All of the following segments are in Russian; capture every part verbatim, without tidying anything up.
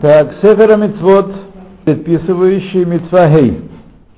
Так, Сефер Мицвот, предписывающий Мицва Гей.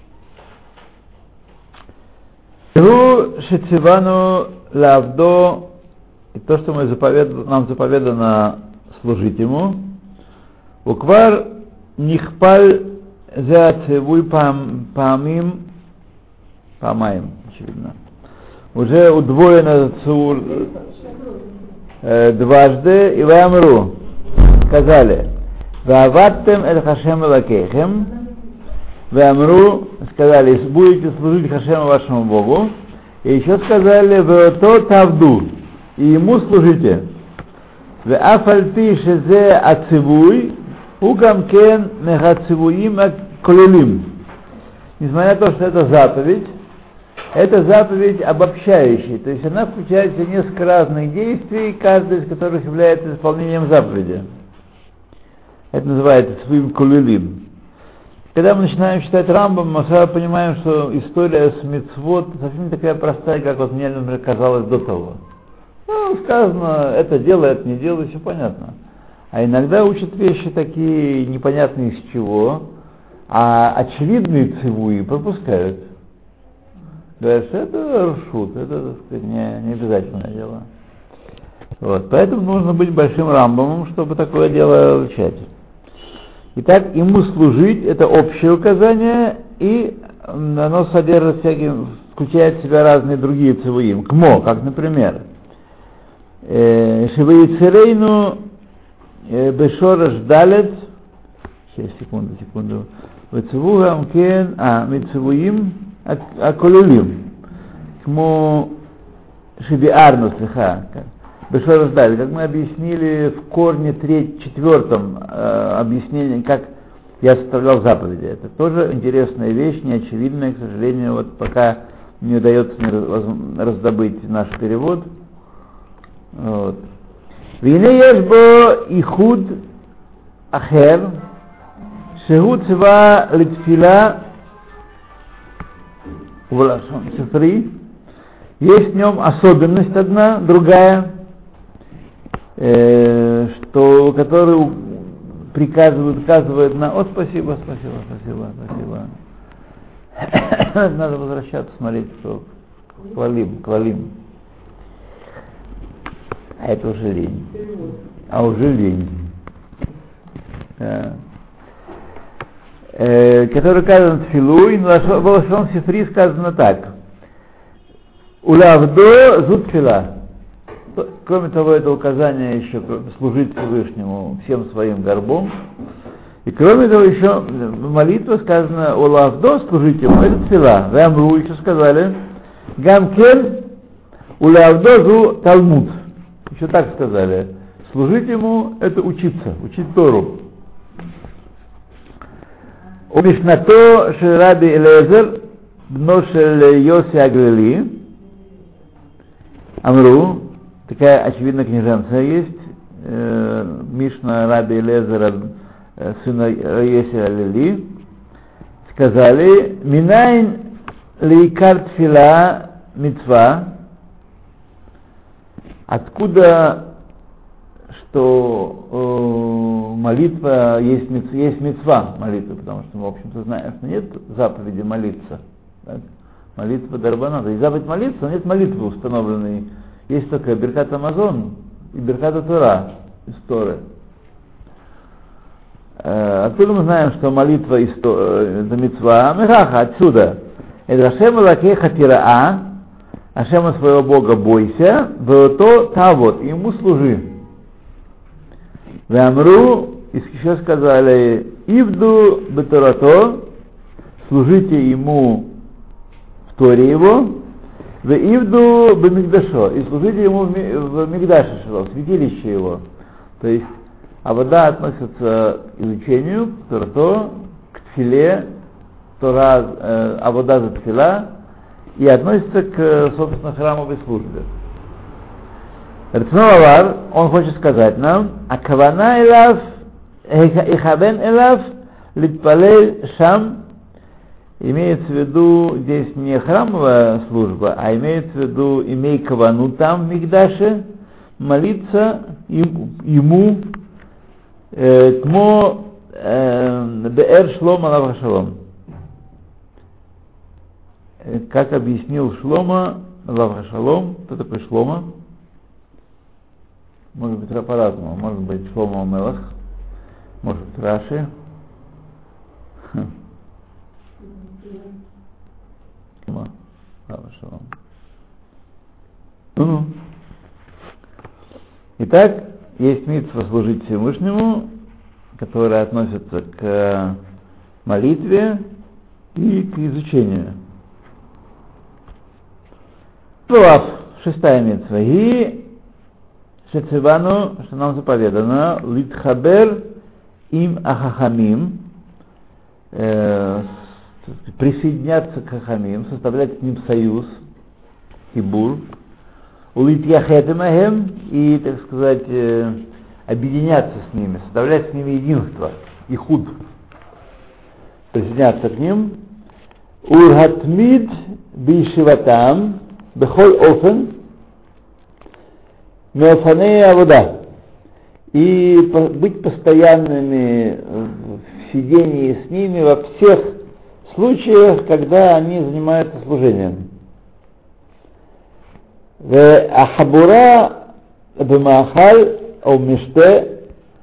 Ру Шецивану Лавдо, и то, что мы заповед... нам заповедано служить ему, Уквар Нихпаль за Цевуй Памим, Памаем, очевидно. Уже удвоено Цур э, дважды, и Вамру сказали, Ваваттем эль Хашем элакейхем, Вамру сказали, будете служить Хашему вашему Богу, и еще сказали, Вето Тавду, и ему служите. Вафальпи шезе ацивуй, Угамкен мехацивуим колелим. Несмотря на то, что это заповедь, это заповедь обобщающая, то есть она включает в себя несколько разных действий, каждый из которых является исполнением заповеди. Это называется своим колелим. Когда мы начинаем читать Рамбам, мы сразу понимаем, что история с мицвот совсем не такая простая, как вот мне, например, казалось до того. Ну, сказано, это делай, это не делай, все понятно. А иногда учат вещи такие непонятные из чего, а очевидные цивуи пропускают. Говорят, что это ршут, это, так сказать, не, не обязательное дело. Вот. Поэтому нужно быть большим Рамбамом, чтобы такое дело изучать. Итак, ему служить — это общее указание, и оно содержит всякие, включает в себя разные другие цивуим. Кмо, как, например, Шиваицерейну Бешораш Далет, сейчас, секунду, секунду, Вецивугам Кен, а, Мицивуим Аколюлим, Кмо Шибиарну, слыха, Бешораш Далет, как мы объяснили в корне третьем, четвертом э, объяснении, как я составлял заповеди. Это тоже интересная вещь, неочевидная, к сожалению, вот пока не удается мне раздобыть наш перевод. Вот. Вине ешбо ихуд ахер, шегу цива литфила увлашон сифри. Есть в нем особенность одна, другая, э, что, который приказывает, указывает на «О, спасибо, спасибо, спасибо, спасибо». Надо возвращаться, смотреть, что хвалим, хвалим. А это уже лень. А уже лень. Да. Э, который указан тфилуй, но в Лашон Сифри сказано так. Улавдо зуд тфила. Кроме того, это указание еще служить Всевышнему всем своим горбом. И кроме того, еще молитва сказана улавдо, служить ему, это тфила. Вамру еще сказали. Гамкен улавдо зу талмуд. Еще так сказали. Служить ему — это учиться, учить Тору. Умишнато шераби Элезер бношель Йоси Аглили Амру, такая очевидная книженция есть, э, Мишна Раби Элезера, э, сына Йоси Аглили, сказали, Минайн лейкар тфила мицва. Откуда, что э, молитва есть, мицва, есть мицва молитвы, потому что мы, в общем-то, знаем, что нет заповеди молиться. Так? Молитва дарбана. Есть заповедь молиться, но нет молитвы установленной. Есть только Беркат Амазон и Беркат Тора из Торы. Э, откуда мы знаем, что молитва из, э, это мицва? Мехаха, отсюда. Это Ашем Элокейха Тираа, Ашема своего Бога бойся, то тавот, ему служи. Вамру, еще сказали, Ивду беторато, служите ему в Торе его, в Ивду бемигдашо, и служите ему в, в Мигдаше Шило, в святилище его. То есть, авода относится к изучению, к Торато, к тфиле, Тора, э, авода за тфила, и относится к, собственно, храмовой службе. Рецновар, он хочет сказать нам, акавана элав, ихабен элав, литпалель шам, имеется в виду здесь не храмовая служба, а имеется в виду, имей кавану там в Мигдаше, молиться ему Кмо Беэр Шлома Алав Шалом. Как объяснил Шлома Алав Шалом, кто такой Шлома? Может быть, по-разному. Может быть, Шлома Мелах, может быть, Раши. Ну-ну. Итак, есть мицва служить Всевышнему, которая относится к молитве и к изучению. Лав, шестая мицва. И Шецивану, что нам заповедано, Литхабер им ахахамим, э, присоединяться к хахамим, составлять с ним союз, хибур, улит яхетемахем, и, так сказать, э, объединяться с ними, составлять с ними единство, ихуд, присоединяться к ним, ургатмид бишиватам, бехоль офен, меофанея вода, и быть постоянными в сидении с ними во всех случаях, когда они занимаются служением. Ахабура бемахаль омиште,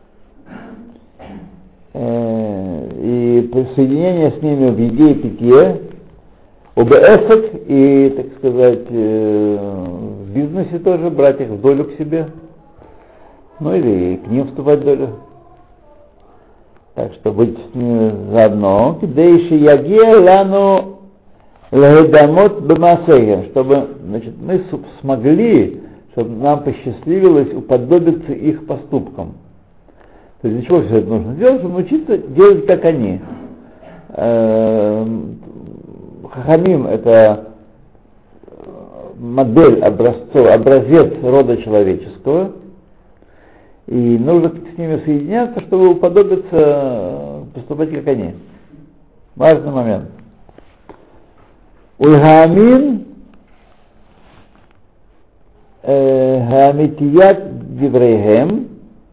и соединение с ними в еде и питье, обеэсек, и, так сказать, в бизнесе тоже брать их в долю к себе, ну или к ним вступать в долю. Так что быть с ними заодно, кидейши яге лану лэгедамот бэмасэгэ, чтобы, значит, мы смогли, чтобы нам посчастливилось уподобиться их поступкам. То есть для чего все это нужно делать? Чтобы научиться делать как они. Хахамим — это модель, образцов, образец рода человеческого, и нужно с ними соединяться, чтобы уподобиться, поступать как они. Важный момент. Ульгамин Хамитият Диврейхем,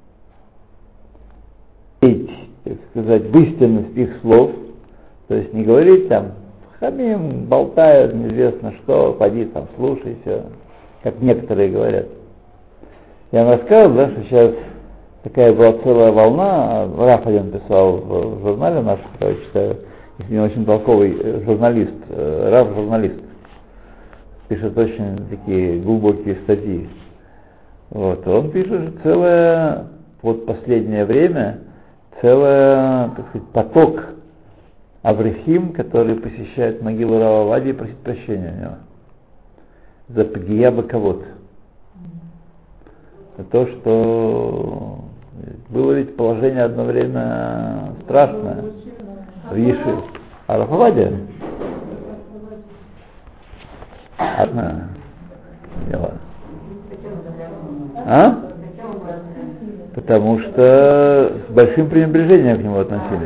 так сказать, в истинность их слов, то есть не говорить там, хамим, болтают, неизвестно что, поди там, слушай, все, как некоторые говорят. Я вам рассказывал, да, что сейчас такая была целая волна, Раф один писал в журнале наш, я читаю, если не очень толковый журналист, Раф журналист, пишет очень такие глубокие статьи. Вот, он пишет целое, вот последнее время, целый, так сказать, поток аврехим, которые посещают могилу Рава Авадии и просят прощения у него за пагия баковод. За то, что было ведь положение одно время страшное в Ешиве. А Рав Авадия? Одна. А? Потому что с большим пренебрежением к нему относились.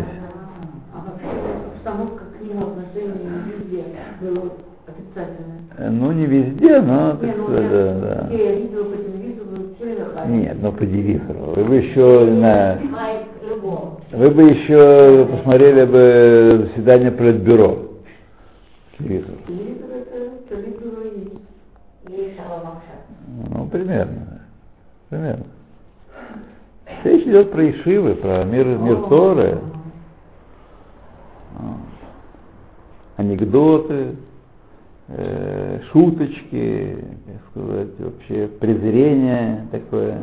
Ну, не везде, но, так сказать, да, да. Нет, но по телевизору. Вы бы еще на... Вы бы еще посмотрели бы заседание Политбюро. Телевизор. Ну, примерно. Примерно. Речь идет про Ешивы, про мир, мир Торы. Анекдоты, э, шуточки, так сказать, вообще презрение такое.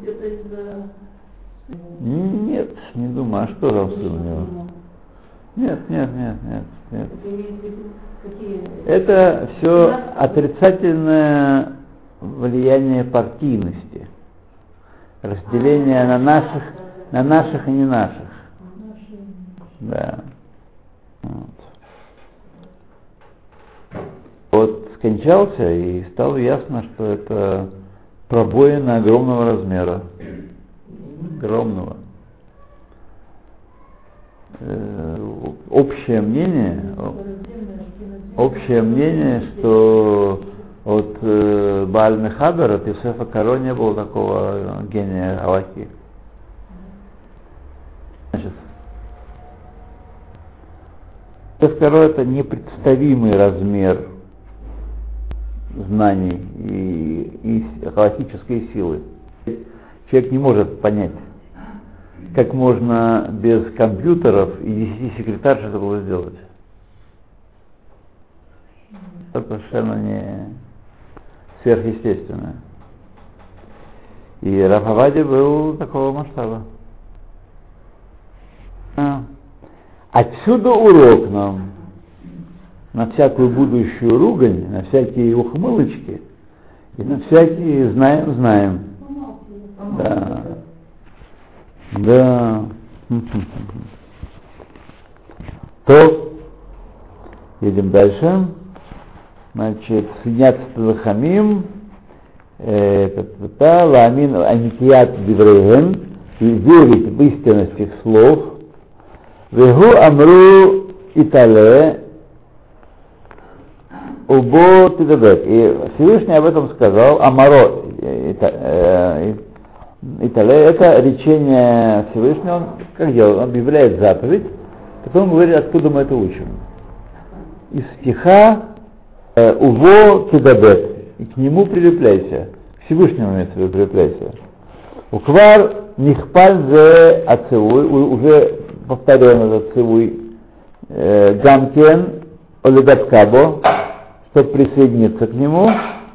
Нет, не думаю, а что там сын у него? Нет, нет, нет, нет, нет. Это все отрицательное влияние партийности, разделение на наших, на наших и не наших. Да. Вот. Вот скончался, и стало ясно, что это пробоина огромного размера. Огромного. Э, общее мнение, общее мнение, что от э, Бааль Мехабер, от Йосефа Каро не было такого гения галахи. Перо — это непредставимый размер знаний и, и галактической силы. Человек не может понять, как можно без компьютеров и десяти секретарш это было сделать. Это совершенно не сверхъестественное. И Рав Овадия был такого масштаба. А. Отсюда урок нам на всякую будущую ругань, на всякие ухмылочки и на всякие знаем, знаем. Да. Да. То, едем дальше. Значит, свинятство лахамим, ламин аникият диврейхем, и верить в истинность их слов. Вегу амру итале убо тидабек. И Всевышний об этом сказал. Амаро итале — это речение Всевышнего. Он как делает? Он объявляет заповедь, потом говорит, откуда мы это учим. Из стиха Уво тидабек. И к нему прилепляйся. К Всевышнему имеется в виду прилепляйся. Уквар нихпаль зе ацевуй, уже повторен этот цивуй, гамкен оледабкабо, чтобы присоединиться к нему.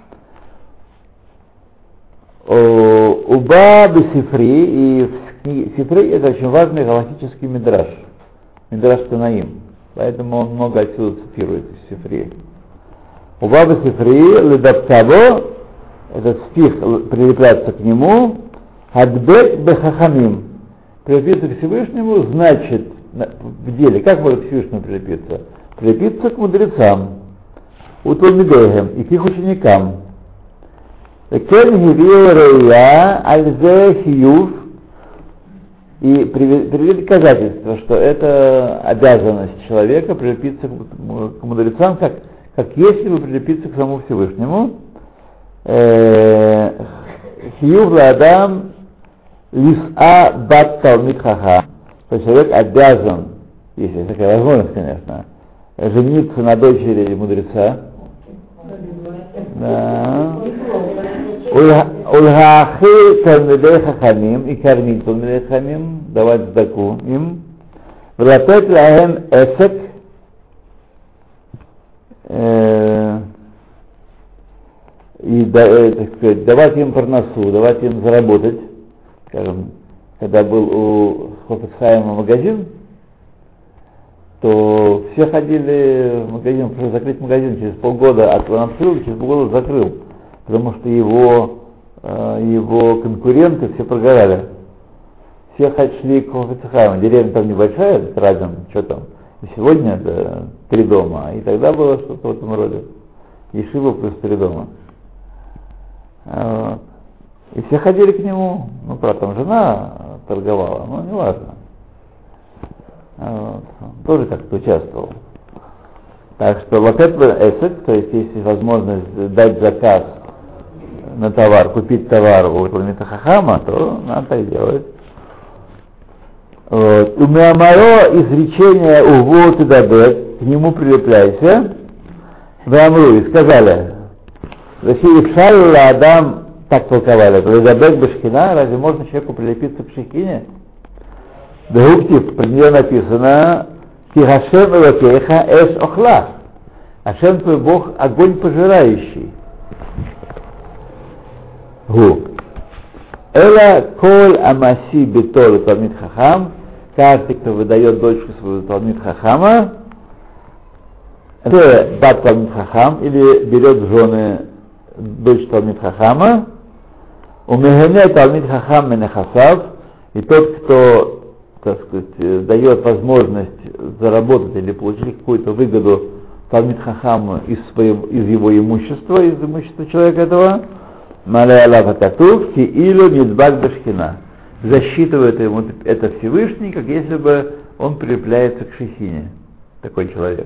Уба бисифри, и сифри — это очень важный галактический мидраш, мидраш Танаим, поэтому он много отсюда цитирует из сифри. Уба бисифри ледабкабо, этот стих прилепляется к нему. Адбек бехахамим, прилепиться к Всевышнему значит в деле. Как может к Всевышнему прилепиться? Прилепиться к мудрецам, у Талмидейхем и к их ученикам. И привели доказательство, что это обязанность человека прилепиться к мудрецам, как, как если бы прилепиться к самому Всевышнему. Хиюв ладам лис'a бат талмид хахам. То есть человек обязан, если есть такая возможность, конечно, жениться на дочери мудреца. Да. Ульхахи талмидей хахамим, и кормить талмидей хахамим, давать сдаку им. Влатет лахем эсек, и так сказать, давать им парнасу, давать им заработать. Скажем, когда был у Хофицхайма магазин, то все ходили в магазин, чтобы закрыть магазин через полгода, а он открыл, через полгода закрыл, потому что его, его конкуренты все прогорали. Все шли к Хофицхайму, деревня там небольшая, рядом, что там, и сегодня это три дома, и тогда было что-то в этом роде. Ешива плюс три дома. Вот. И все ходили к нему, ну, правда, там жена торговала, но не важно. Вот. Тоже как-то участвовал. Так что вот это эсет, то есть есть возможность дать заказ на товар, купить товар у Талмида Хахама, то надо так делать. Вот. У Меамаро изречение «Уво тидабек», к нему прилепляйся, в Амру, и сказали, «Зашиевшалла Адам», так толковали, «Тидабек бешхина», разве можно человеку прилепиться к шехине? Дагуктив, про нее написано, «Ки Хашем элокейха эш охла», Хашем твой Бог огонь пожирающий. Гу. Эла коль амаси битор талмид хахам, каждый, кто выдает дочку свою талмид хахама, это бат талмид хахам, или берет в жены дочь талмид хахама, умегене талмид хахам менехасав, и тот, кто, так сказать, дает возможность заработать или получить какую-то выгоду талмид хахаму из, своего, из его имущества, из имущества человека этого, засчитывает ему это Всевышний, как если бы он прилепляется к шехине, такой человек.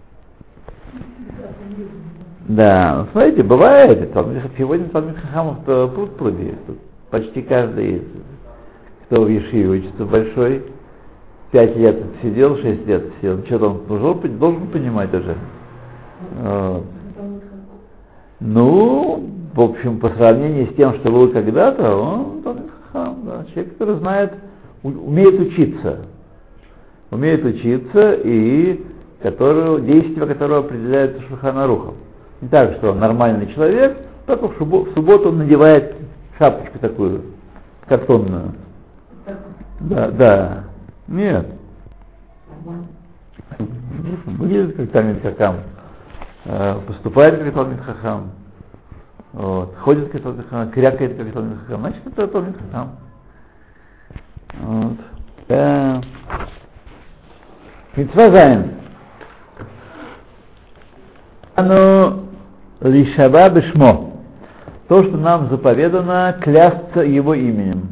Да, смотрите, бывает, сегодня Талмид Хахамов пруд пруди, почти каждый, кто в Ешиве учится большой, пять лет сидел, шесть лет сидел, что-то он должен, должен понимать уже. Вот. Ну, в общем, по сравнению с тем, что был когда-то, он Талмид Хахам, да, человек, который знает, умеет учиться. Умеет учиться и которого, действия которого определяются Шулхан Арухом. Не так, что он нормальный человек, только в, шубо, в субботу он надевает шапочку такую, картонную. Да, да. Нет. Выглядит как Талмид Хахам. Поступает как Талмид Хахам. Вот. Ходит как Талмид Хахам, крякает как Талмид Хахам. Значит, это Талмид Хахам. Вот. Да. Мицва Зайн. Оно лишава бешмо. То, что нам заповедано, клясться его именем.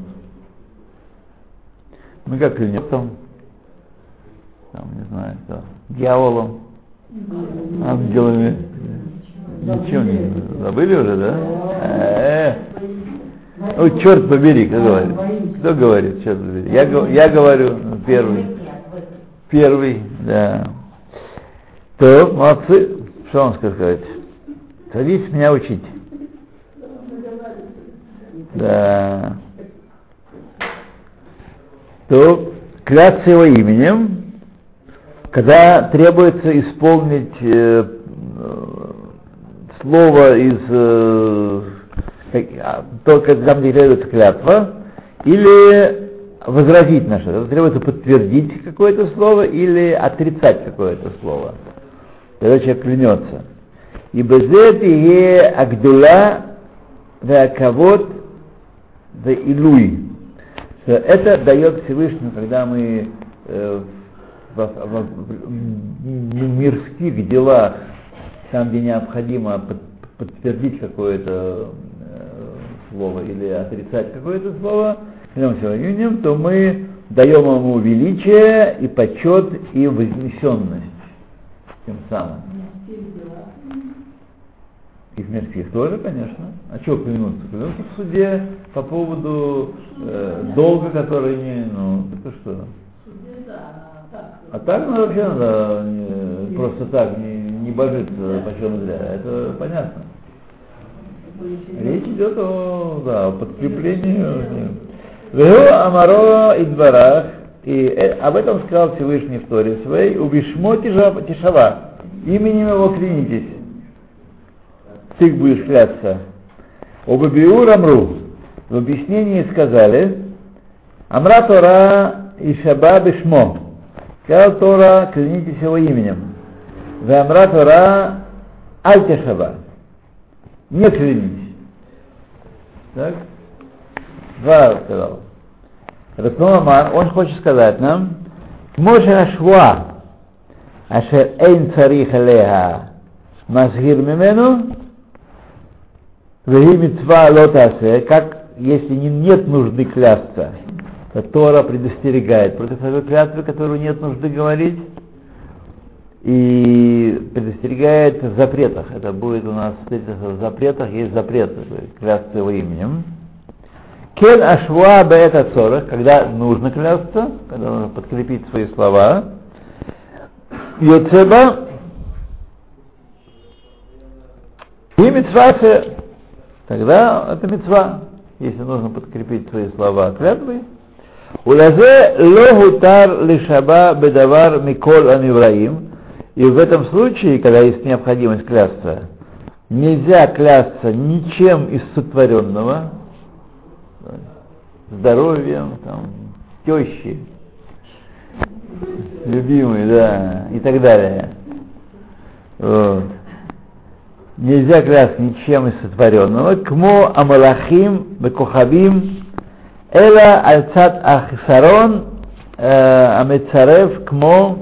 Мы как клянем там, там, не знаю, что, дьяволом, ангелами. Ничего не забыли уже, да? Э-э-э. Ну, черт побери, кто говорит? Кто говорит, черт побери? Я, я говорю, первый. Первый, да. То, молодцы. Что вам сказать? Садись меня учить. Да. То, клясться его именем, когда требуется исполнить э, слово из э, только там, где требуется клятва, или возразить на что-то. Требуется подтвердить какое-то слово или отрицать какое-то слово. Когда человек клянется. И безет и агдула да кавод да илуй. Это дает Всевышнему, когда мы э, в, в, в, в мирских делах, там, где необходимо под, подтвердить какое-то э, слово или отрицать какое-то слово, именем, то мы даем ему величие и почет и вознесенность тем самым. И в мирских тоже, конечно. А что клянутся? Клянутся в суде по поводу э, долга, который не, ну, это что? А так, ну, вообще надо не, просто так не, не божиться почем зря. Это понятно. Речь идет о, да, о подкреплении. Веху Амаро и Дворах, и э, об этом сказал Всевышний в Торе своей, убишмо тишава, именем его клянитесь. Ты будешь клясться. Об Биур Амру, в объяснении сказали, Амра Тора и Шаба Бишмо, сказал Тора, клянитесь его именем. В Амра Тора Аль Тешаба, не клянитесь. Так? Два сказал. Ратномар, он хочет сказать нам, Моше Шва, Ашер Эйн Царих Алеха, Масгир Мимену, Веги Мицва Лотасе, как если не, нет нужды клясться, то Тора предостерегает против такой клятвы, которую нет нужды говорить, и предостерегает в запретах. Это будет у нас в запретах, есть запрет клясться его именем. Кен ашва беэта цорах, когда нужно клясться, когда нужно подкрепить свои слова. Йоцеба и мицвасе, тогда это мицва, если нужно подкрепить свои слова клятвой. Улязе логутар лишаба бедавар микол анивраим. И в этом случае, когда есть необходимость клясться, нельзя клясться ничем из сотворенного, здоровьем, там, тещи, любимый, да, и так далее. Вот. Нельзя клясться ничем из сотворенного. Кмо амалахим бекохавим эла альцат ахисарон амецарев кмо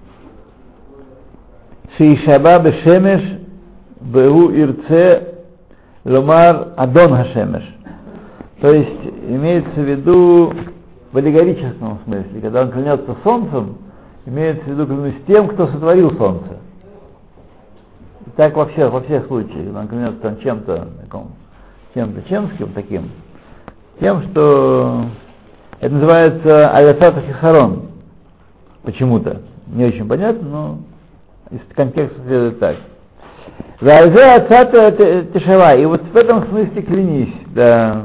шиишаба бешемеш бегу ирце ломар адон хашемеш. То есть имеется в виду в аллегорическом смысле, когда он клянется солнцем, имеется в виду клянусь тем, кто сотворил солнце. И так во всех, во всех случаях, когда он клянется там чем-то таком, чем-то чемским таким, тем, что это называется аяцат хисарон. Почему-то. Не очень понятно, но из контекста следует так. Вазе ацата тешава. И вот в этом смысле клянись, да.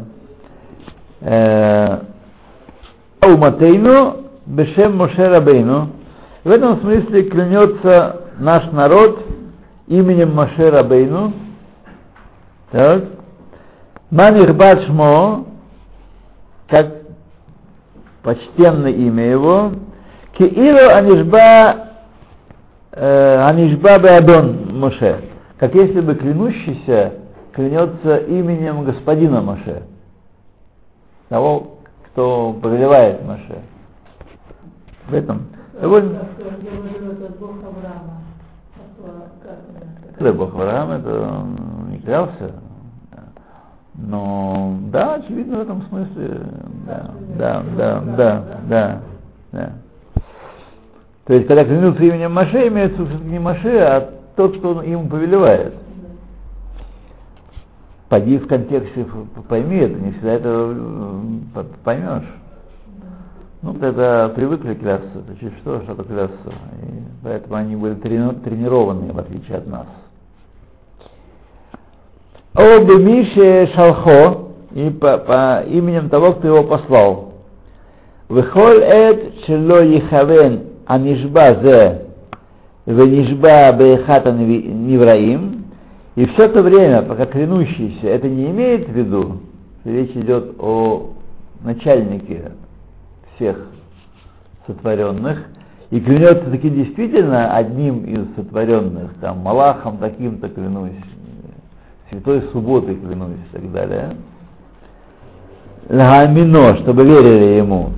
Ауматейну бешем Моше Рабейну. В этом смысле клянется наш народ именем Моше Рабейну. Так. Манихбат шмо, как почтенное имя его. Киилу анишба анишба беадон Моше. Как если бы клянущийся клянется именем господина Моше. Того, кто повелевает Моше. В этом довольно... Когда Бог Авраама, это он не клялся. Но да, очевидно в этом смысле. Да, да, да, да, да, да. То есть, когда клянутся именем Моше, имеется в виду не Моше, а тот, кто ему повелевает. Поди в контексте, пойми это, не всегда это поймешь. Ну, когда привыкли клясться, то через что, что-то клясться. И поэтому они были тренированы, в отличие от нас. О бемише шалхо, и по, по именем того, кто его послал. Вехоль эт шело ехавен анишба зе венишба беехата невраим. И все то время, пока клянущийся, это не имеет в виду, что речь идет о начальнике всех сотворенных, и клянется таки действительно одним из сотворенных, там, Малахом таким-то клянусь, Святой Субботой клянусь и так далее. Лагамино, чтобы верили ему.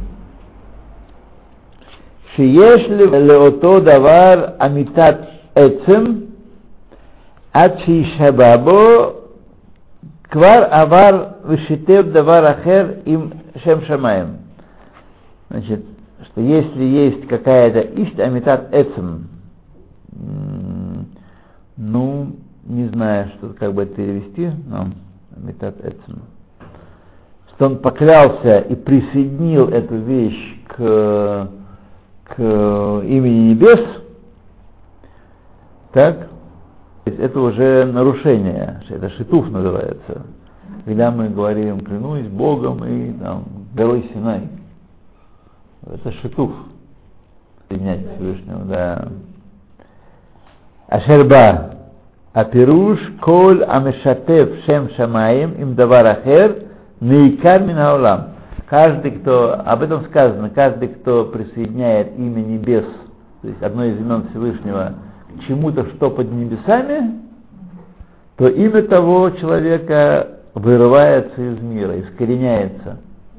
Шиешли леото давар амитат эцем, Ачи шабабо квар авар вишитев давар ахер им шем шамаем. Значит, что если есть какая-то ист амитат эцем, ну, не знаю, что как бы это перевести, но амитат эцем, что он поклялся и присоединил эту вещь к, к имени небес, так, это уже нарушение, это шитуф называется. Когда мы говорим, клянусь Богом и там, горой Синай. Это шитуф. Принять Всевышнего, да. Ашерба. Апируш коль амешатев шем шамаим им давар ахер неикар мин хаолам. Каждый, кто, об этом сказано, каждый, кто присоединяет имя небес, то есть одно из имен Всевышнего, к чему-то, что под небесами, то имя того человека вырывается из мира, искореняется.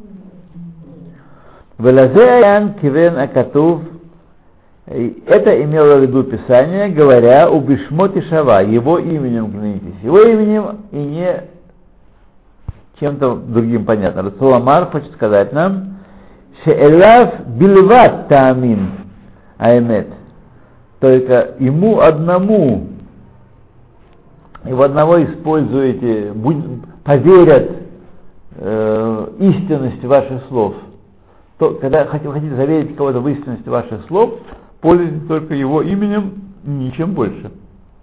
Велазеян кивен акатув. Это имело в виду Писание, говоря у Бишмоти Шава, его именем клянитесь. Его именем и не чем-то другим понятно. Расуламар хочет сказать нам, шеэлав бильват таамин аэмет. Только ему одному, его одного используете, будь, поверят э, истинности ваших слов. То, когда хотите, хотите заверить кого-то в истинности ваших слов, пользуйтесь только его именем, ничем больше.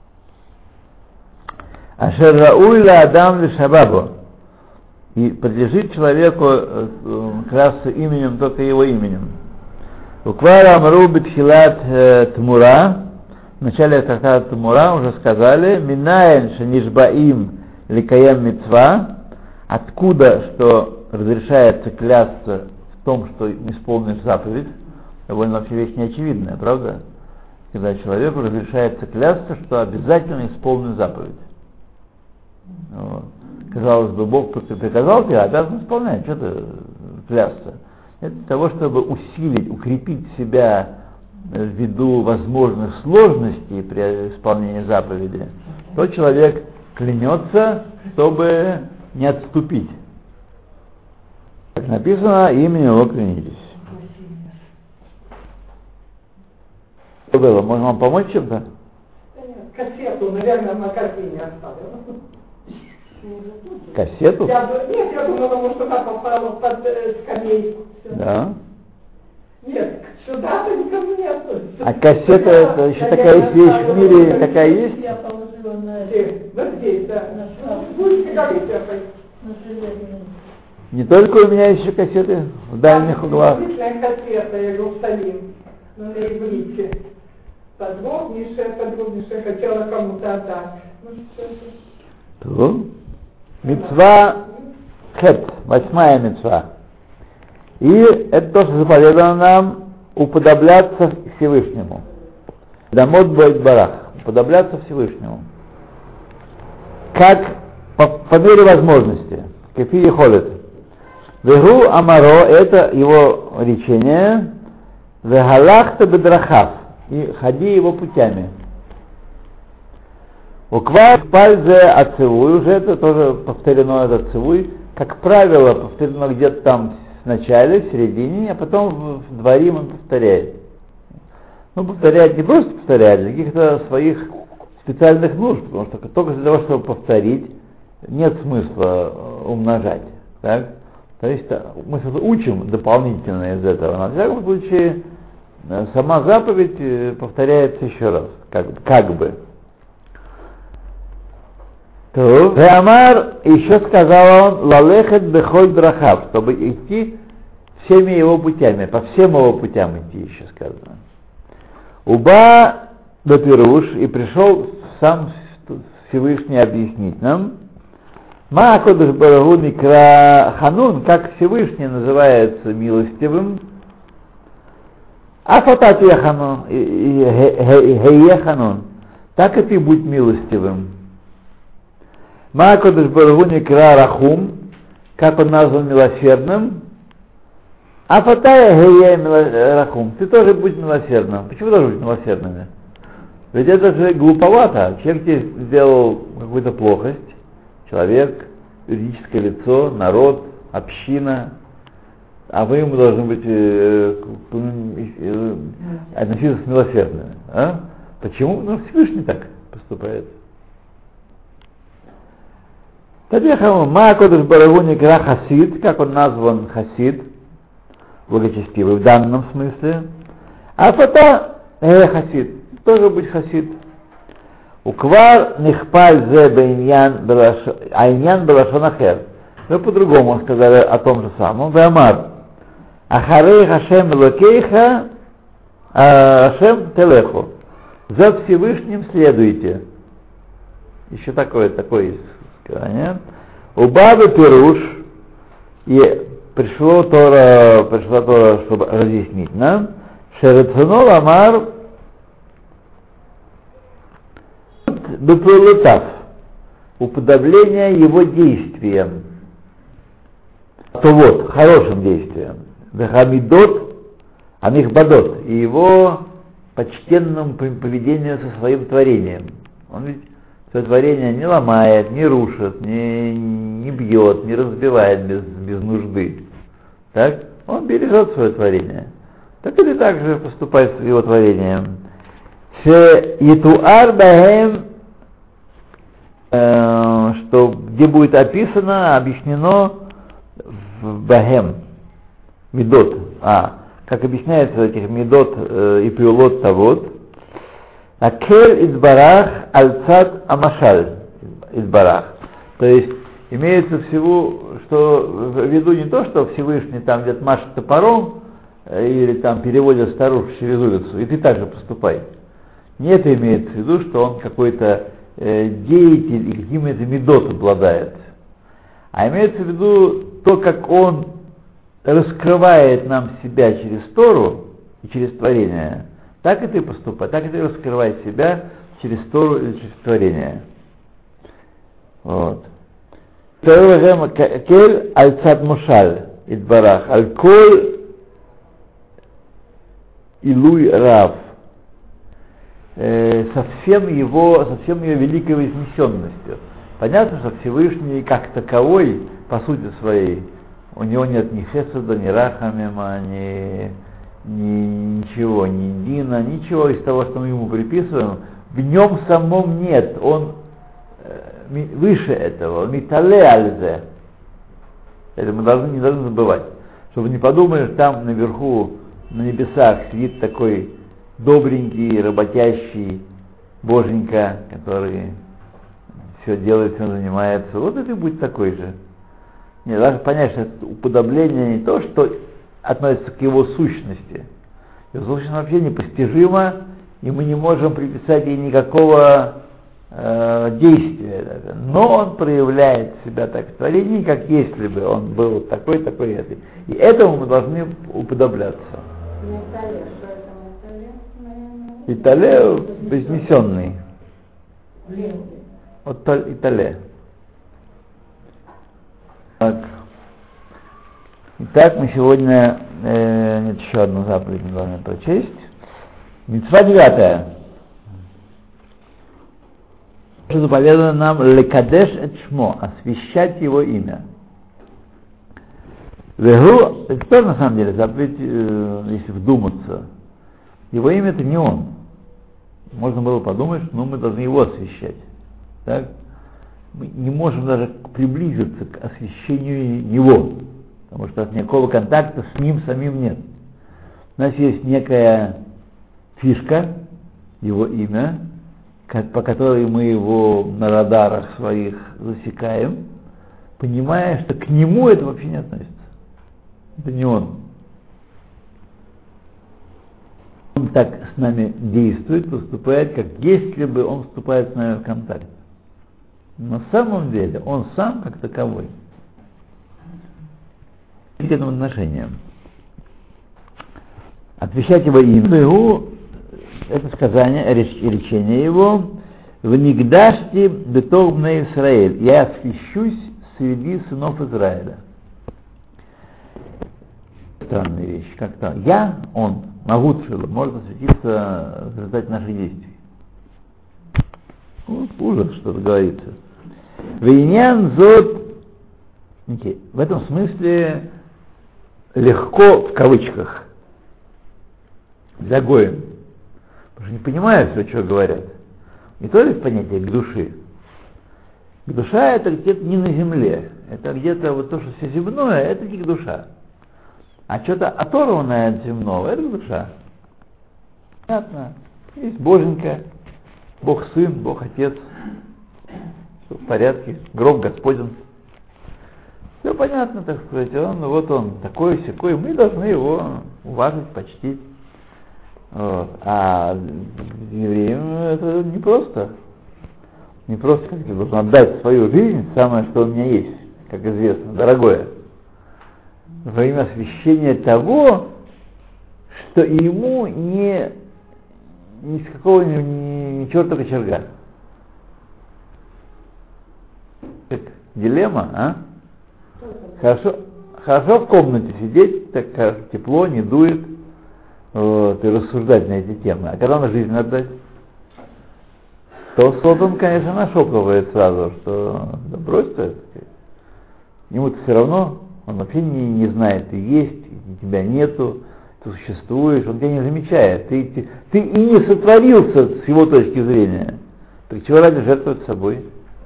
Ашер рауй ла адам ли шабабу. И подлежит человеку э, клясться именем, только его именем. Уквара амру битхилат тмура. В начале трактата Тмура уже сказали, минаен шенишбаим ликаем мицва. Откуда, что разрешается клясться в том, что исполнишь заповедь. Довольно вообще вещь неочевидная, правда? Когда человеку разрешается клясться, что обязательно исполнит заповедь. Вот. Казалось бы, Бог приказал тебе, обязан исполнять, что ты клясться. Это для того, чтобы усилить, укрепить себя ввиду возможных сложностей при исполнении заповеди, то человек клянется, чтобы не отступить. Как написано, именем его клянитесь. Что было? Можно вам помочь чем-то? Кассету, наверное, на картине оставила. Кассету? Я, нет, я думала, может, она попала под э, скамейку. Да. Нет, сюда-то не ко мне относится. А кассета, это еще такая есть вещь в мире, такая есть? Я положила на Здесь, да здесь, да. Будете говорить, я пойду. на железный. Не только у меня еще кассеты в дальних углах. Отличная кассета, Иерусалим, на иврите. Подробнейшая, подробнейшая, хотела кому-то отдать. Ну, что это? То. Мицва хет, восьмая мицва. И это то, что заповедано нам уподобляться Всевышнему. Дамот будет барах, уподобляться Всевышнему. Как по, по мере возможности. Кефи холет. Вегу амаро, это его речение. Вегалахта бедрахав, и ходи его путями. Уквар пальзе ацевуй, уже это тоже повторено, это ацевуй, как правило, повторено где-то там в начале, в середине, а потом в дворе он повторяет. Ну, повторяет не просто повторяет, для каких-то своих специальных нужд, потому что только для того, чтобы повторить, нет смысла умножать. Так? То есть мы что-то учим дополнительно из этого, но в всяком случае сама заповедь повторяется еще раз, как, как бы. То, Амар еще сказал он, лалехет бехоль драхав, чтобы идти всеми его путями, по всем его путям идти, еще сказано. Уба до Пируш, и пришел сам Всевышний объяснить нам, Ма Кодеш Барагу Микра Ханун, как Всевышний называется милостивым, Афатат Яханун, Гее Ханун, так и ты будь милостивым. Ма Кодеш Барагу Микра Рахум, как он назван милосердным, Афатая Гее Рахум, ты тоже будь милосердным. Почему должен быть милосердным? Ведь это же глуповато. Человек тебе сделал какую-то плохость, человек, юридическое лицо, народ, община, а вы ему должны быть э, э, относиться с милосердными. А? Почему? Ну, Всевышний так поступает. Табехаму ма кодеш барагу никра хасид, как он назван хасид, благочестивый в данном смысле. А фата э, хасид, тоже быть хасид. Уквар нихпаль зе бейньян айньян белашон ахер. Мы по-другому сказали о том же самом. Веамар. Ахарей хашем локейха хашем телеху. За Всевышним следуйте. Еще такое, такое есть сказание. Убавы пируш. И пришло Тора, пришла Тора, чтобы разъяснить нам. Шерецунол амар Бепулутав, уподобление его действиям, то вот, хорошим действиям, Вехамидот, Амихбадот, и его почтенному поведению со своим творением. Он ведь свое творение не ломает, не рушит, не, не бьет, не разбивает без, без нужды. Так? Он бережет свое творение. Так или так же поступает с его творением. Етуар бахем, что где будет описано, объяснено в бахем, медот, а, как объясняется в этих медот э, и пиулот тавот, акель избарах альцат амашаль избарах, то есть имеется всего, что в виду не то, что Всевышний там где-то машет топором э, или там переводит старушку через улицу, и ты так же поступай. Не это имеется в виду, что он какой-то э, деятель и каким-то медот обладает. А имеется в виду то, как он раскрывает нам себя через Тору и через творение. Так и ты поступай, так и ты раскрывай себя через Тору и через творение. Вот. Кель аль-цад мушаль идбарах, аль-коль илуй рав. Со всем его, со всем ее великой вознесенностью. Понятно, что Всевышний как таковой, по сути своей, у него нет ни хесада, ни рахамима, ни, ни ничего, ни дина, ничего из того, что мы ему приписываем, в нем самом нет, он э, выше этого, митале альзе. Это мы должны, не должны забывать, чтобы не подумали, что там наверху на небесах сидит такой добренький, работящий боженька, который все делает, все занимается. Вот это и будет такой же. Не, даже понять, что это уподобление не то, что относится к его сущности. Его сущность вообще непостижима, и мы не можем приписать ей никакого э, действия. Но он проявляет себя так в творении, как если бы он был такой, такой, такой. И этому мы должны уподобляться. Итале вознесенный. Вот Итале. Так. Итак, мы сегодня э, нет, еще одну заповедь мы должны прочесть. Мицва девятая. Что заповедано нам лекадеш эт шмо, освящать его имя. Вегу, это тоже на самом деле заповедь, э, если вдуматься. Его имя это не он. Можно было подумать, что ну, мы должны его освящать. Так? Мы не можем даже приблизиться к освящению его, потому что никакого контакта с ним самим нет. У нас есть некая фишка, его имя, по которой мы его на радарах своих засекаем, понимая, что к нему это вообще не относится. Это не он. Он так с нами действует, поступает, как если бы он вступает с нами в контакт. На самом деле он сам как таковой. К этому отношению. Отвечать его имя, это сказание, речение его, в Нигдашти бетов на Израиль. Я освящусь среди сынов Израиля. Странная вещь. Как-то я, он, Магутшила, может осветиться в результате наших действий. Вот ужас, что-то говорится. Вейнян зод, в этом смысле легко, в кавычках, для гоем. Потому что не понимают все, что говорят. Не то есть понятие к души. К душа это где-то не на земле. Это где-то вот то, что все земное, это не к душа. А что-то оторванное от земного, это к душа. Понятно. Есть Боженька, Бог Сын, Бог Отец. Все в порядке, гроб Господен. Все понятно, так сказать. Он, вот он такой, сякой, мы должны его уважить, почтить. Вот. А евреям это не просто. Не просто, как ты должен отдать свою жизнь, самое, что у меня есть, как известно, дорогое, во имя освящения того, что ему не ни с какого ни, ни, ни черта кочерга. Дилемма, а? Хорошо, хорошо в комнате сидеть, так тепло, не дует, вот, и рассуждать на эти темы. А когда на жизнь отдать, то Содом, конечно, нашоковывает сразу, что да брось ты, ему-то все равно, он вообще не, не знает, ты есть, тебя нету, ты существуешь, он тебя не замечает, ты, ты, ты и не сотворился с его точки зрения. Так чего ради жертвовать собой?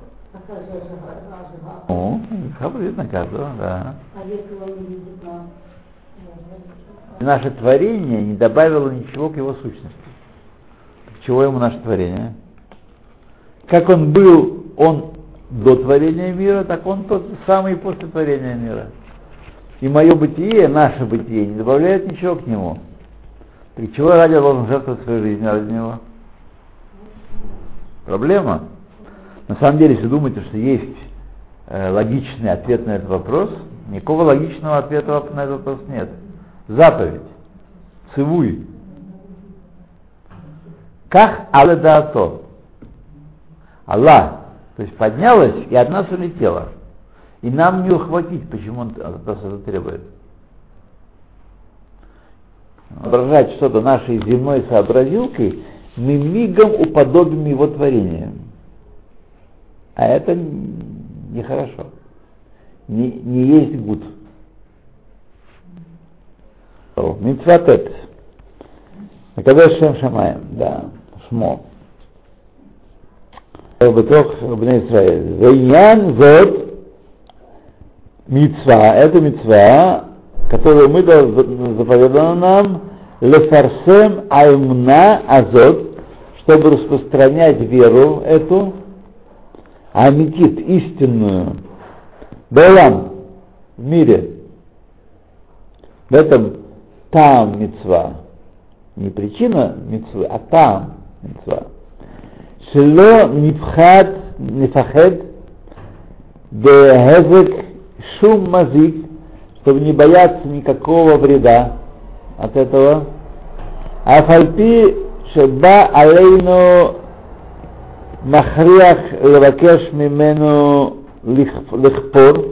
О, хабрит на каждого, да. А если он не видит нас? Наше творение не добавило ничего к его сущности. К чего ему наше творение? Как он был, он до творения мира, так он тот самый после творения мира. И мое бытие, наше бытие, не добавляет ничего к нему. Так чего ради я должен жертвовать свою жизнь ради него? Проблема. На самом деле, если думаете, что есть э, логичный ответ на этот вопрос, никакого логичного ответа на этот вопрос нет. Заповедь. Цивуй. Как аледаато. Аллах. То есть поднялась и от нас улетела. И нам не ухватить, почему он от нас это требует. Выражать что-то нашей земной сообразилкой, мы мигом уподобим его творениям. А это нехорошо. Не, не есть гуд. Митцватет. Акадеш Шем Шамаем. Да. Шмо. Бетох Бней Исраэль. Вейнян зод митцва. Это митцва, которую мы заповедана нам лефарсем аймна азот, чтобы распространять веру эту, амитит, истинную, бэлам, в мире. В этом там мицва, не причина мицвы, а там мицва. Шело нифхат нифахед бехезек шум мазик, чтобы не бояться никакого вреда от этого. Афальпи шеба алейну махриах левакеш мимену лихпор,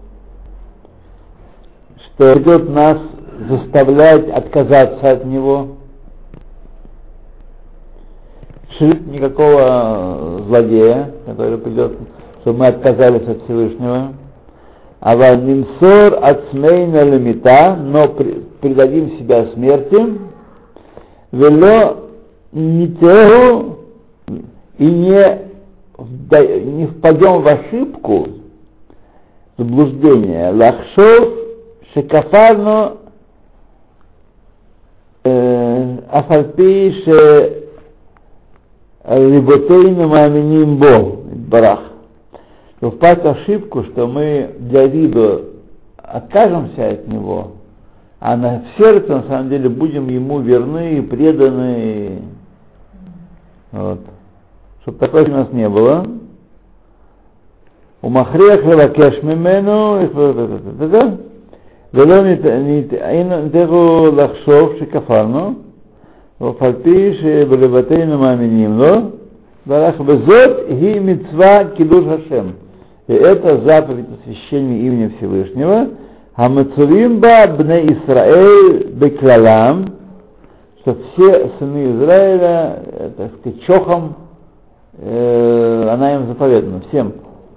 что идет нас заставлять отказаться от него. Шрифт никакого злодея, который придет, чтобы мы отказались от Всевышнего. А ванимсор от смейна лимита, но предадим себя смерти. Вело нитеху, и не, не впадем в ошибку, заблуждение. Лахшов шекафарно афальпи ше Либотейну маминим бо, барах. Впасть в ошибку, что мы для виду откажемся от него, а на, в сердце на самом деле будем ему верны, преданы. Вот. Чтобы такого у нас не было. У махрех левакеш мимену, вело нитеху лахшов шекафарну, ופלפי שבלבתנו מאמינים לו, ברח בזאת היא מצווה קידוש Ашем. И это заповедь освящения имени Всевышнего, המצווים בה בני ישראל בכללם, что все сыны Израиля, так сказать, чохом, э, она им заповедана, всем.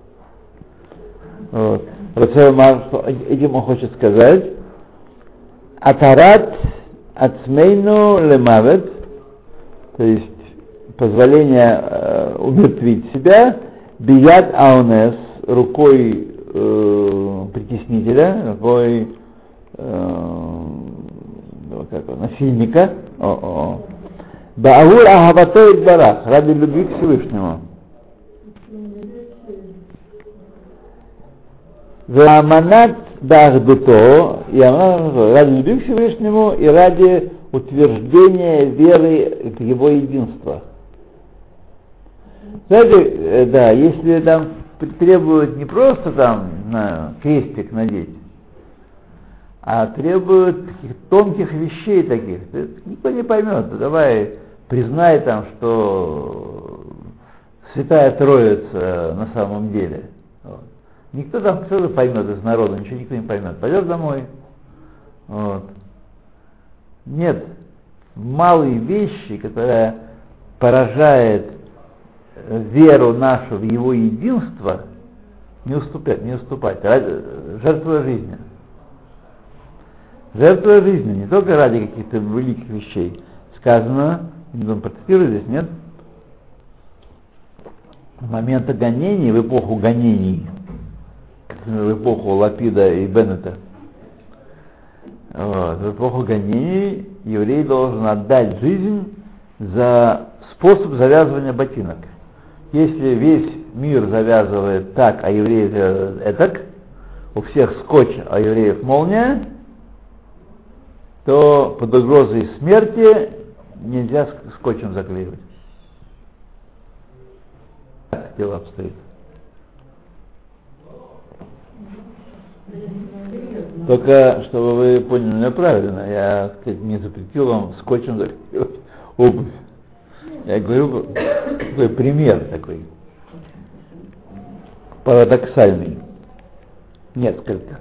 Вот. Что этим он хочет сказать. Атарат ацмейну лемавет, то есть позволение э, умертвить себя, бият аунес, рукой э, притеснителя, рукой э, как он, насильника, баагур агаватой барах, ради любви к Всевышнему. Вааманат Дахдуто, и она ради любви к Всевышнему и ради утверждения веры в его единство. Знаете, да, если там требуют не просто там на крестик надеть, а требуют таких тонких вещей таких, никто не поймет. Давай признай там, что Святая Троица на самом деле. Вот. Никто там что-то поймет из народа, ничего никто не поймет. Пойдешь домой. Вот. Нет, малые вещи, которые поражают веру нашу в его единство, не уступать, не уступать, жертвуя жизнью. Жертвуя жизнью, не только ради каких-то великих вещей. Сказано, не знаю, процитирую здесь, нет? В момент гонений, в эпоху гонений, в эпоху Лапида и Беннета, вот, в эпоху гонений еврей должен отдать жизнь за способ завязывания ботинок. Если весь мир завязывает так, а евреи завязывают этак, у всех скотч, а евреев молния, то под угрозой смерти нельзя скотчем заклеивать. Так дело обстоит. Только, чтобы вы поняли меня правильно, я, так сказать, не запретил вам скотчем заклеивать обувь. Я говорю, такой пример такой, парадоксальный, несколько.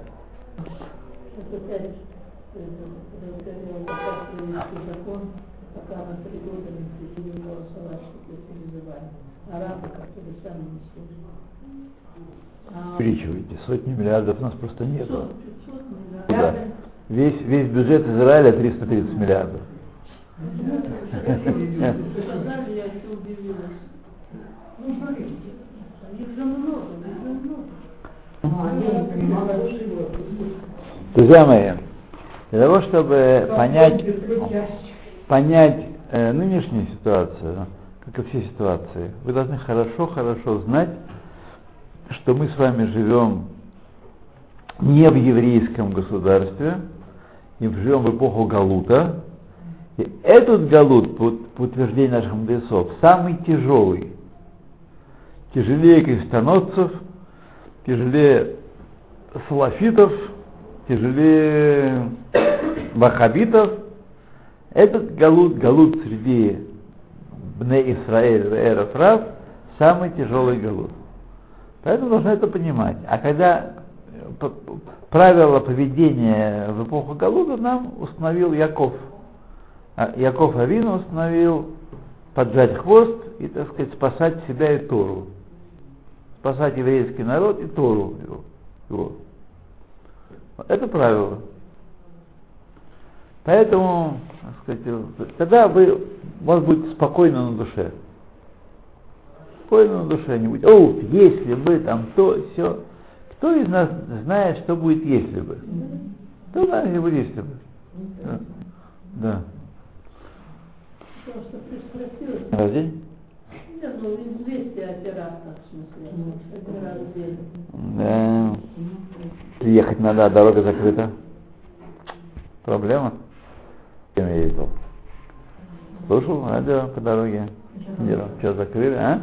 Увеличивайте, сотни миллиардов у нас просто нет. Да. Весь, весь бюджет Израиля триста тридцать миллиардов. Друзья мои, Для того, чтобы понять, понять э, нынешнюю ситуацию, как и все ситуации, вы должны хорошо-хорошо знать, что мы с вами живем не в еврейском государстве, и живем в эпоху Галута. И этот Галут, по, по утверждению наших мудрецов, самый тяжелый. Тяжелее крестоносцев, тяжелее салафитов, тяжелее ваххабитов. Этот Галут, Галут среди Бне Исраэль, Эрев Рав, самый тяжелый Галут. Поэтому должны это понимать. А когда правила поведения в эпоху Галута нам установил Яков. Яков Авину установил поджать хвост и, так сказать, спасать себя и Тору. Спасать еврейский народ и Тору его. Это правило. Поэтому, так сказать, тогда вы, у вас будет спокойно на душе. Спокойно на душе, не будет. О, если бы там то, все. Кто из нас знает, что будет, если бы? Кто знает, что будет, если бы? Да. Да. Просто ты спросила. Разве? Нет, ну известие о терактах, в смысле. Это раз в день. Да. Ехать надо, а дорога закрыта. Проблема. Я ездил. Слушал радио по дороге. Где, что, закрыли, а?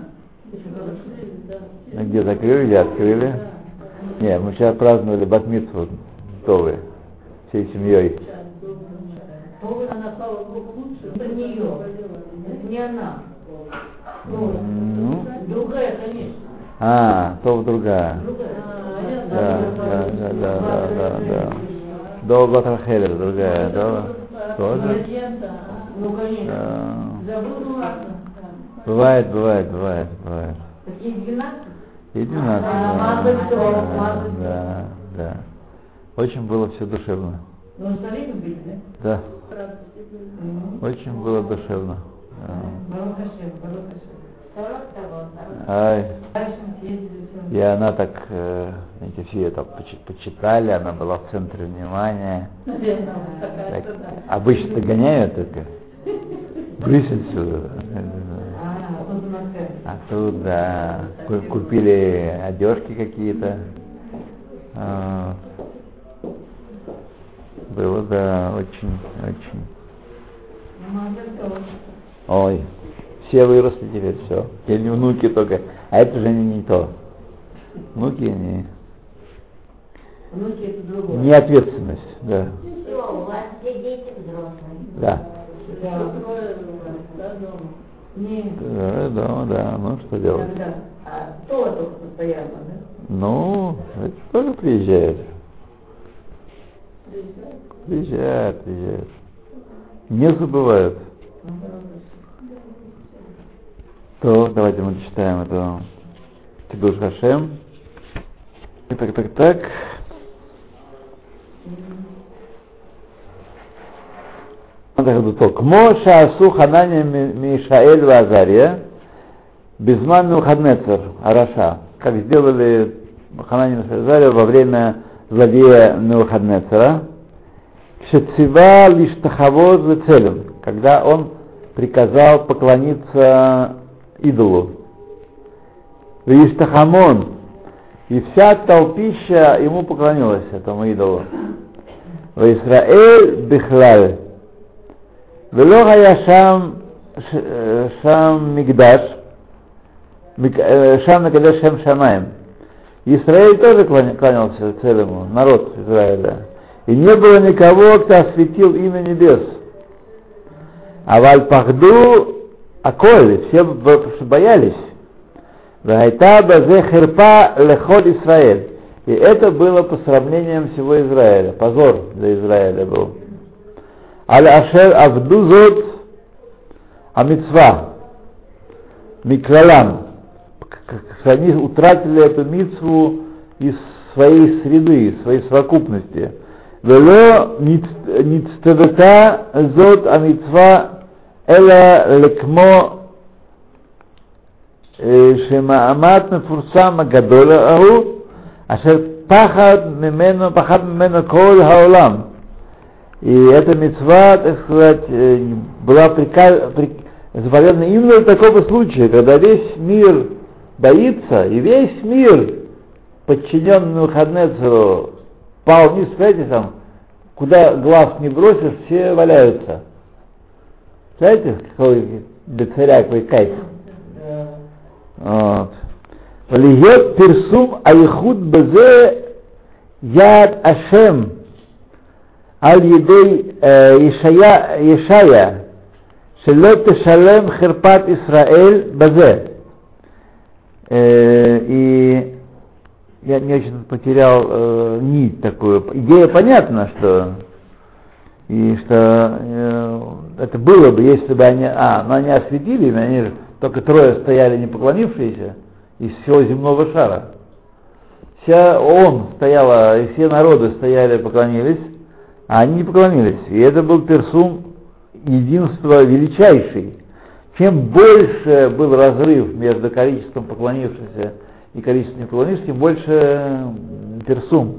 А где закрыли, где открыли? Нет, мы сейчас праздновали бат-мицву Товы всей семьей. Она, слава Богу, лучше. Это не ее. Это не она. Ну? Другая, конечно. А, Това другая. Другая. Да, да, да, да, да, да, да. Дова Батрахелер, другая, Дова. Тоже? Ну, конечно. Забыл, ну ладно. Бывает, бывает, бывает, бывает. Такие двенадцать? И двенадцать, А, да, мазать рот, да, мазать да, да. Очень было все душевно. Ну, столетие были, Да. да? Очень было душевно. Барухашем, Барухашем. Ай. И она так, э, знаете, все это почитали, она была в центре внимания. Так, обычно гоняют только. Брысь отсюда. А тут, да, купили одежки какие-то. А, было, да, очень, очень. Ой, все выросли теперь, все. Теперь внуки только. А это уже не, не то. Внуки не... Внуки это другое. Не ответственность, да. Все, у вас все дети взрослые. Да. Да, да, дома. Не. Да, да, да, ну что делать? Когда? А кто тут постоянно, да? Ну, это тоже приезжает. Приезжает, приезжает. Не забывают. То, давайте мы читаем это Кидуш Хашем. Так, так, так. Кмо шаасу Ханания Мишаэль Вазария Безман Навуходоносор Араша, как сделали Ханания Мишаэль Вазария во время злодея Навуходоносора, Кшецива лиштахавод целем, когда он приказал поклониться идолу. Виштахамон, и вся толпища ему поклонилась, этому идолу. В Израиль бихлаль. Вело хая шам шам мигдаш, шам мигдаш шем шамаем. Израиль тоже кланялся целому, народ Израиля. И не было никого, кто осветил имя небес. А в Аль-Пахду Аколь, все боялись. Вайта базе херпа леход Израиль. И это было посрамлением всего Израиля. Позор для Израиля был. Аль-Ашер Авдузот Амитсва Миклалам. Они утратили эту мицву из своей среды, из своей совокупности. Вело ництевета зот амитсва эла лекмо шемаамат мефурсам агадол аху, ашер пахад мимену пахад мимену кол хаолам. И эта мицва, так сказать, была приказ, при, заповедана именно в таком случае, когда весь мир боится, и весь мир, подчиненный Навуходоносору, пал вниз, знаете, там, куда глаз не бросишь, все валяются. Знаете, какой для царя какой кайф? Вот. Валиет персум айхуд бзе яд ашем аль-едей Ешая шелот тешалем херпат Исраэль бзе. И я не очень потерял э, нить такую. Идея понятна, что и что э, это было бы, если бы они, а, но они осветили, они же только трое стояли не поклонившиеся из всего земного шара. Вся ООН стояла, и все народы стояли, поклонились, а они не поклонились. И это был персум единства величайший. Чем больше был разрыв между количеством поклонившихся и количеством не поклонившихся, тем больше персум.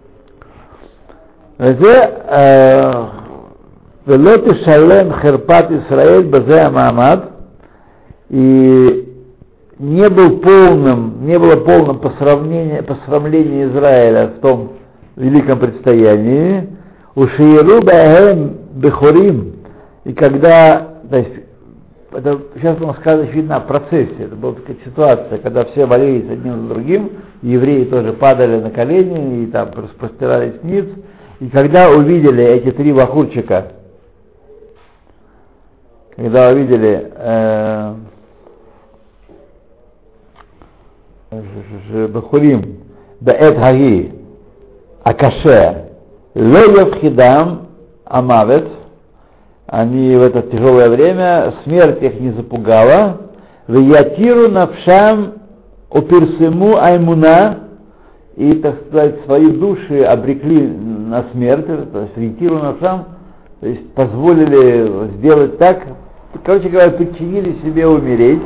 Велоти шалем херпат Исраэль базе Маамад, и не был полным, не было полным посрамление, посрамление Израиля в том великом предстоянии. Ушиеру баэм бехорим, и когда, то есть, это сейчас вам сказать, видно, в процессе, это была такая ситуация, когда все молились одним за другим, и евреи тоже падали на колени и там распростирались ниц, и когда увидели эти три бахурчика, когда увидели э, бахурим баэт хаги акаше ло явхидам амавет, они в это тяжелое время, смерть их не запугала, веятиру навшам уперсему аймуна, и, так сказать, свои души обрекли на смерть, то есть ятиру навшам, то есть позволили сделать так, короче говоря, подчинили себе умереть,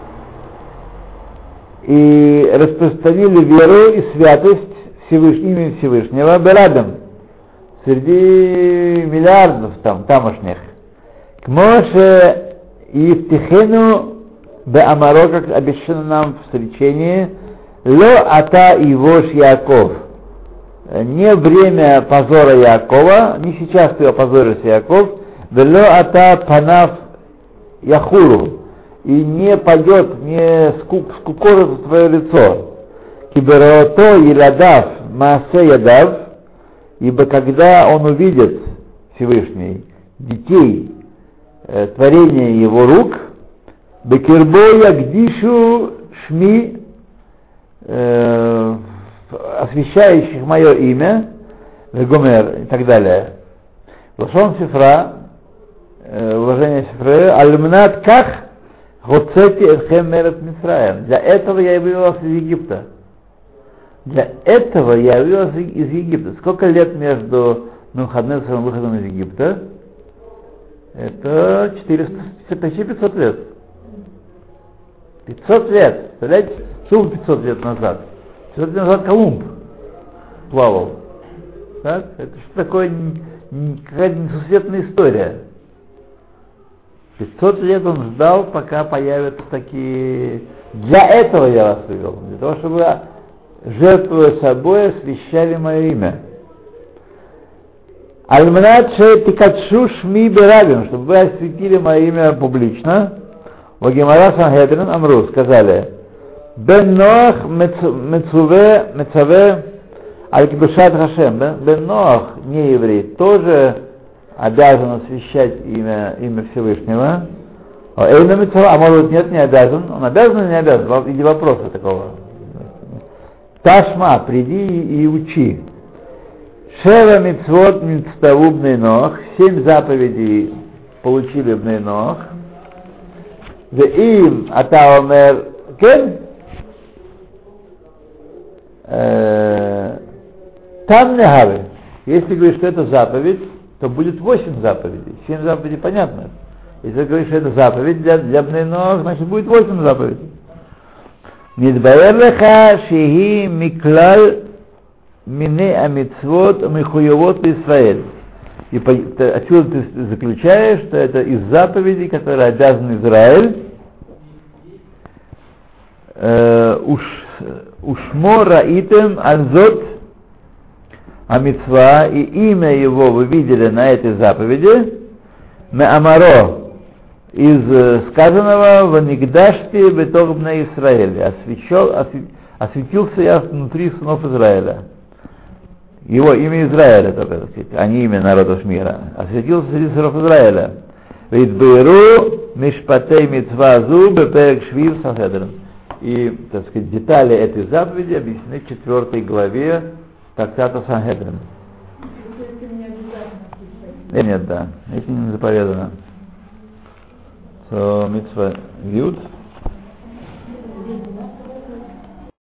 и распространили веру и святость Всевышнего Всевышнего Берадом среди миллиардов там тамошних. Кмоше Ифтихену Беамаро, как обещано нам в встречении, Ло ата и вож Яков. Не время позора Якова, не сейчас ты опозоришься, Яков, Вело ата панав Яхуру, и не пойдет, не скукожится твое лицо. Киберото Еладав Маасе Ядав, ибо когда он увидит, Всевышний, детей, э, творения его рук, Бекирбо Ягдишу Шми, э, освящающих мое имя, Гомер и так далее. Лашон Сифра, э, уважение Сифры, Альмнат Ках, Хоцети Эдхем Мерет Мисраем. Для этого я вывел вас из Египта. Для этого я вывел вас из Египта. Сколько лет между Навуходоносором и выходом из Египта? Это четыреста, почти пятьсот лет. пятьсот лет. Представляете? Что было пятьсот лет назад? пятьсот лет назад Колумб плавал. Так? Это что такое, какая-то несусветная история. пятьсот лет он ждал, пока появятся такие... Для этого я вас вывел. Для того, чтобы вы, жертвуя собой, освящали мое имя. Альмнатше пикатшу шми берабим, чтобы вы осветили мое имя публично. Вагимара Санхедрин Амру сказали: Бен Ноах мецуве мецаве аль-кибушат Хашем. Бен Ноах, не еврей, тоже обязан освящать имя, имя Всевышнего. А может быть нет, не обязан. Он обязан или не обязан? Иди вопроса такого. Ташма, приди и учи. Шева мицвот мицтаву бней Ноах. Семь заповедей получили бней Ноах. Ве им ата омер кен. Там не хави. Если говоришь, что это заповедь, то будет восемь заповедей. Семь заповедей понятно. Если ты говоришь, что это заповедь для, для бней Ноах, значит будет восемь заповедей. Мидбаэр леха шихи миклаль мине амитцвот михуевот Исраэль. И по, ты, отсюда ты заключаешь, что это из заповедей, которые обязан Израиль, э, уж ушмо раитем альзот амитсва, и имя его вы видели на этой заповеди, ме амаро, из сказанного в Нигдаште бетох бней Исраэль, освещал, осветился я внутри сынов Израиля. Его имя Израиля, только, так сказать, а не имя народов мира. Осветился среди сынов Израиля. Ведь беру мишпатей митцва зу беперек швив санхедрин. И, так сказать, детали этой заповеди объяснены в четвертой главе трактата Санхедрин. Нет, да, этим не заповедано. So, митцва Юд.